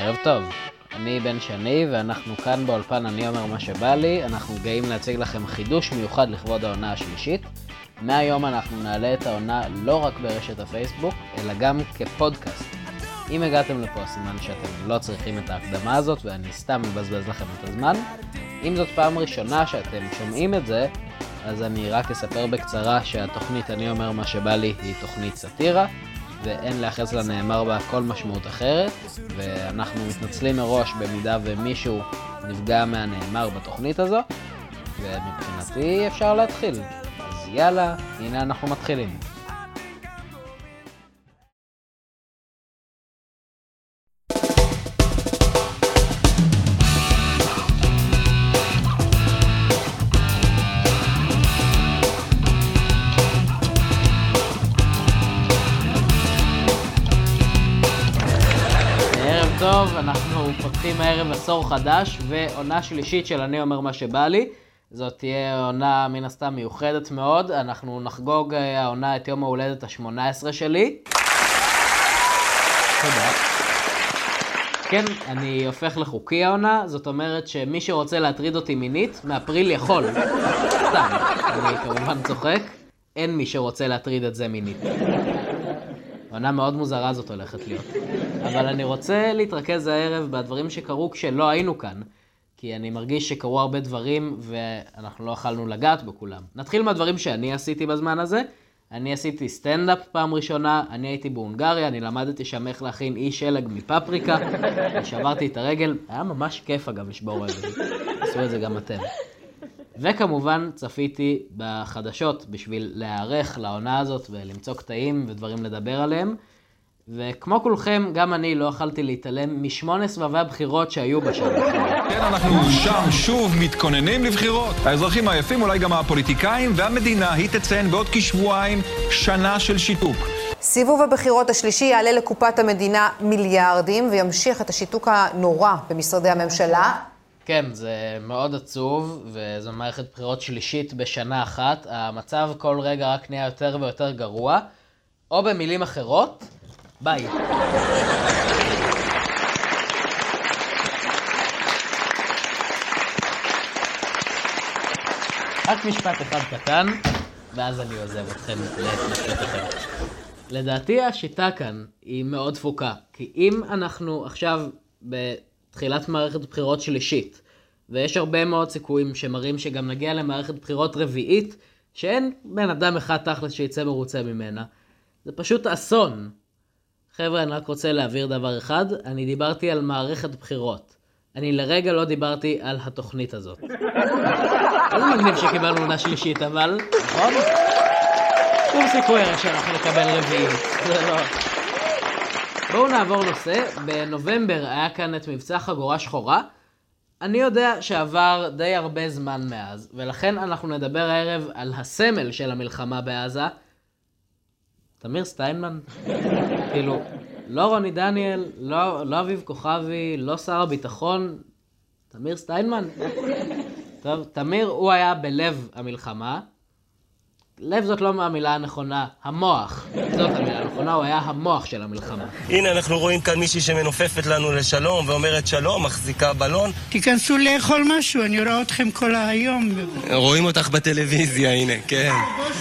ערב טוב, אני בן שני ואנחנו כאן באולפן אני אומר מה שבא לי. אנחנו גאים להציג לכם חידוש מיוחד לכבוד העונה השלישית. מהיום אנחנו נעלה את העונה לא רק ברשת הפייסבוק, אלא גם כפודקאסט. אם הגעתם לפה, סימן שאתם לא צריכים את ההקדמה הזאת ואני סתם מבזבז לכם את הזמן. אם זאת פעם ראשונה שאתם שומעים את זה, אז אני רק אספר בקצרה שהתוכנית אני אומר מה שבא לי היא תוכנית סאטירה, ואין להיחס לנאמר בה כל משמעות אחרת, ואנחנו מתנצלים מראש במידה ומישהו נפגע מהנאמר בתוכנית הזו, ומבחינתי אפשר להתחיל. אז יאללה, הנה אנחנו מתחילים. טוב, אנחנו פותחים הערב עשור חדש ועונה שלישית של אני אומר מה שבא לי. זאת תהיה עונה מן הסתם מיוחדת מאוד. אנחנו נחגוג העונה את יום ההולדת ה-18 שלי. תודה. כן, אני הופך לחוקי העונה, זאת אומרת שמי שרוצה להטריד אותי מינית, מאפריל יכול. סתם, אני כמובן צוחק, אין מי שרוצה להטריד את זה מינית. עונה מאוד מוזרה זאת הולכת להיות. אבל אני רוצה להתרכז הערב בדברים שקרו כשלא היינו כאן, כי אני מרגיש שקרו הרבה דברים ואנחנו לא יכלנו לגעת בכולם. נתחיל מהדברים שאני עשיתי בזמן הזה. אני עשיתי סטנדאפ פעם ראשונה, אני הייתי בהונגריה, אני למדתי שם איך להכין אי שלג מפפריקה, שברתי את הרגל, היה ממש כיף אגב לשבור רגל, עשו את זה גם אתם. וכמובן צפיתי בחדשות בשביל להיערך לעונה הזאת ולמצוא קטעים ודברים לדבר עליהם. וכמו כולכם, גם אני לא יכלתי להתעלם מ8 סבבי הבחירות שהיו בשנה. כן, אנחנו שם שוב מתכוננים לבחירות. האזרחים היפים, אולי גם הפוליטיקאים והמדינה, היא תציין בעוד כשבועיים שנה של שיתוק. סיבוב הבחירות השלישי יעלה לקופת המדינה מיליארדים וימשיך את השיתוק הנורא במשרדי הממשלה. כן, זה מאוד עצוב, וזו מערכת בחירות שלישית בשנה אחת. המצב כל רגע רק נהיה יותר ויותר גרוע, או במילים אחרות, ביי. רק משפט אחד קטן, ואז אני עוזב אתכם להתנשותיכם. לדעתי השיטה כאן היא מאוד דפוקה, כי אם אנחנו עכשיו בתחילת מערכת בחירות שלישית, ויש הרבה מאוד סיכויים שמראים שגם נגיע למערכת בחירות רביעית, שאין בן אדם אחד תכלס שיצא מרוצה ממנה, זה פשוט אסון. חבר'ה, אני רק רוצה להעביר דבר אחד, אני דיברתי על מערכת בחירות. אני לרגע לא דיברתי על התוכנית הזאת. איזה מגניב שקיבלנו עונה שלישית, אבל, נכון? שום סיכוי שאנחנו נקבל רביעית, זה לא. בואו נעבור נושא. בנובמבר היה כאן את מבצע חגורה שחורה. אני יודע שעבר די הרבה זמן מאז, ולכן אנחנו נדבר הערב על הסמל של המלחמה בעזה. תמיר סטיינמן? כאילו, לא רוני דניאל, לא אביב כוכבי, לא שר הביטחון, תמיר סטיינמן? טוב, תמיר הוא היה בלב המלחמה. לב זאת לא המילה הנכונה, המוח. זאת המילה הנכונה, הוא היה המוח של המלחמה. הנה אנחנו רואים כאן מישהי שמנופפת לנו לשלום ואומרת שלום, מחזיקה בלון. תיכנסו לאכול משהו, אני רואה אתכם כל היום. רואים אותך בטלוויזיה, הנה, כן.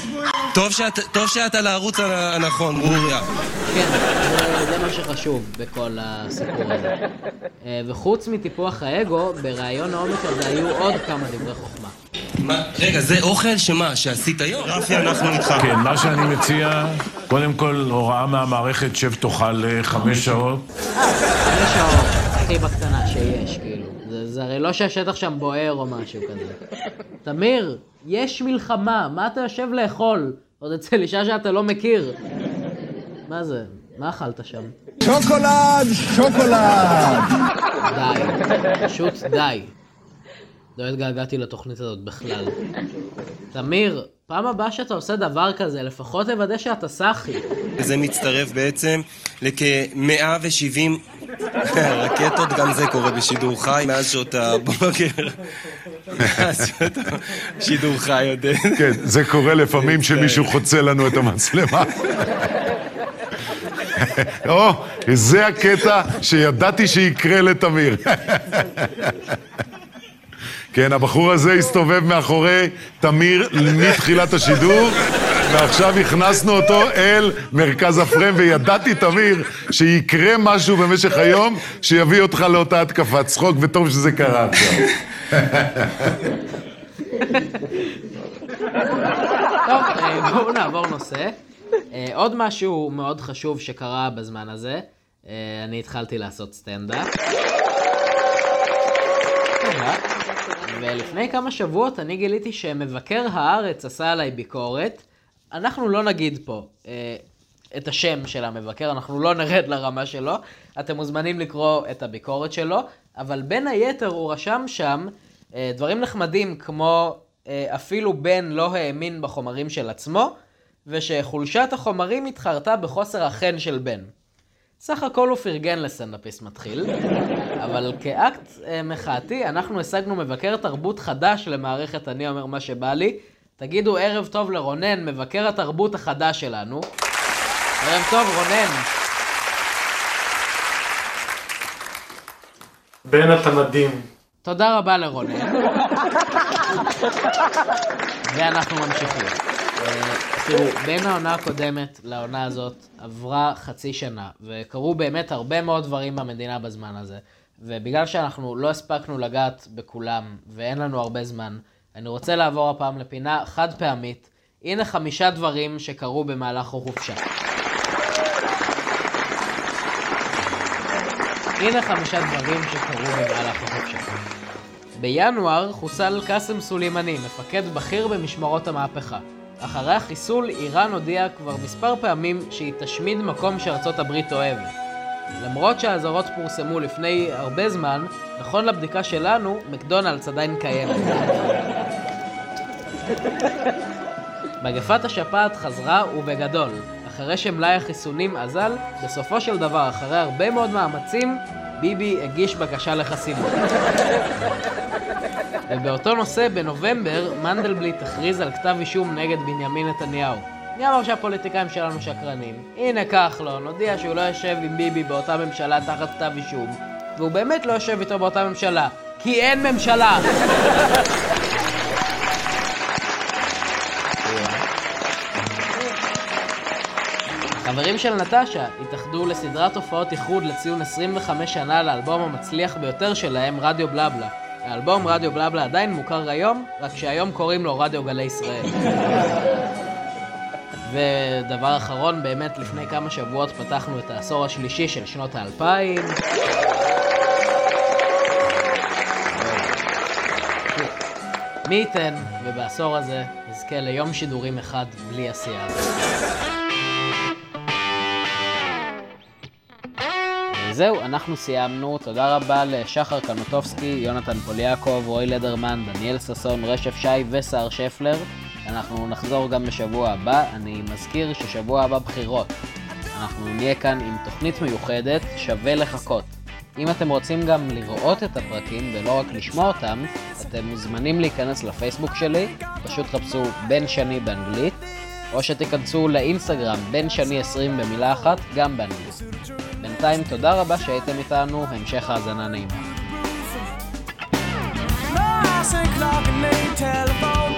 טוב שאת על הערוץ הנכון, ברוריה. כן, זה מה שחשוב בכל הסיפור הזה. וחוץ מטיפוח האגו, ברעיון העומק הזה היו עוד כמה דברי חוכמה. רגע, זה אוכל שמה, שעשית היום? רפי, אנחנו איתך. כן, מה שאני מציע, קודם כל הוראה מהמערכת שב תאכל 5 שעות. 5 שעות, הכי בקטנה שיש, כאילו. זה הרי לא שהשטח שם בוער או משהו כזה. תמיר, יש מלחמה, מה אתה יושב לאכול? עוד אצל אישה שאתה לא מכיר. מה זה? מה אכלת שם? שוקולד, שוקולד! די, פשוט די. לא התגעגעתי לתוכנית הזאת בכלל. תמיר, פעם הבאה שאתה עושה דבר כזה, לפחות לוודא שאתה סחי. וזה מצטרף בעצם לכ-170 רקטות, גם זה קורה בשידור חי, מאז שעות הבוקר. מאז שעות השידור חי יודע. כן, זה קורה לפעמים שמישהו חוצה לנו את המצלמה. זה הקטע שידעתי שיקרה לתמיר. כן, הבחור הזה הסתובב מאחורי תמיר מתחילת השידור, ועכשיו הכנסנו אותו אל מרכז הפרם, וידעתי, תמיר, שיקרה משהו במשך היום שיביא אותך לאותה התקפת צחוק, וטוב שזה קרה עכשיו. טוב, בואו נעבור נושא. עוד משהו מאוד חשוב שקרה בזמן הזה, אני התחלתי לעשות סטנדאפ. ולפני כמה שבועות אני גיליתי שמבקר הארץ עשה עליי ביקורת. אנחנו לא נגיד פה את השם של המבקר, אנחנו לא נרד לרמה שלו. אתם מוזמנים לקרוא את הביקורת שלו, אבל בין היתר הוא רשם שם דברים נחמדים כמו אפילו בן לא האמין בחומרים של עצמו, ושחולשת החומרים התחרתה בחוסר החן של בן. סך הכל הוא פרגן לסטנדאפיסט מתחיל, אבל כאקט מחאתי אנחנו השגנו מבקר תרבות חדש למערכת אני אומר מה שבא לי. תגידו ערב טוב לרונן, מבקר התרבות החדש שלנו. ערב טוב רונן. בן אתה מדהים. תודה רבה לרונן. ואנחנו ממשיכים. תראו, בין העונה הקודמת לעונה הזאת עברה חצי שנה, וקרו באמת הרבה מאוד דברים במדינה בזמן הזה. ובגלל שאנחנו לא הספקנו לגעת בכולם, ואין לנו הרבה זמן, אני רוצה לעבור הפעם לפינה חד פעמית. הנה 5 דברים שקרו במהלך החופשה. הנה 5 דברים שקרו במהלך החופשה. בינואר חוסל קאסם סולימני, מפקד בכיר במשמרות המהפכה. אחרי החיסול, איראן הודיעה כבר מספר פעמים שהיא תשמיד מקום שארצות הברית אוהבת. למרות שהאזהרות פורסמו לפני הרבה זמן, נכון לבדיקה שלנו, מקדונלדס עדיין קיימת. מגפת השפעת חזרה ובגדול. אחרי שמלאי החיסונים אזל, בסופו של דבר, אחרי הרבה מאוד מאמצים, ביבי הגיש בקשה לחסינות. ובאותו נושא, בנובמבר, מנדלבליט הכריז על כתב אישום נגד בנימין נתניהו. מי אמר שהפוליטיקאים שלנו שקרנים? הנה כחלון, הודיע שהוא לא יושב עם ביבי באותה ממשלה תחת כתב אישום, והוא באמת לא יושב איתו באותה ממשלה, כי אין ממשלה! חברים של נטשה התאחדו לסדרת הופעות איחוד לציון 25 שנה לאלבום המצליח ביותר שלהם, רדיו בלבלה. האלבום רדיו בלבלה עדיין מוכר היום, רק שהיום קוראים לו רדיו גלי ישראל. ודבר אחרון, באמת לפני כמה שבועות פתחנו את העשור השלישי של שנות ה-2000. מי ייתן, ובעשור הזה נזכה ליום שידורים אחד בלי עשייה. זהו, אנחנו סיימנו. תודה רבה לשחר קנוטובסקי, יונתן פוליאקוב, רוי לדרמן, דניאל ססון, רשף שי וסער שפלר. אנחנו נחזור גם בשבוע הבא. אני מזכיר ששבוע הבא בחירות. אנחנו נהיה כאן עם תוכנית מיוחדת, שווה לחכות. אם אתם רוצים גם לראות את הפרקים ולא רק לשמוע אותם, אתם מוזמנים להיכנס לפייסבוק שלי, פשוט חפשו בן שני באנגלית, או שתיכנסו לאינסטגרם בן שני 20 במילה אחת, גם באנגלית. בינתיים תודה רבה שהייתם איתנו, המשך האזנה נעימה.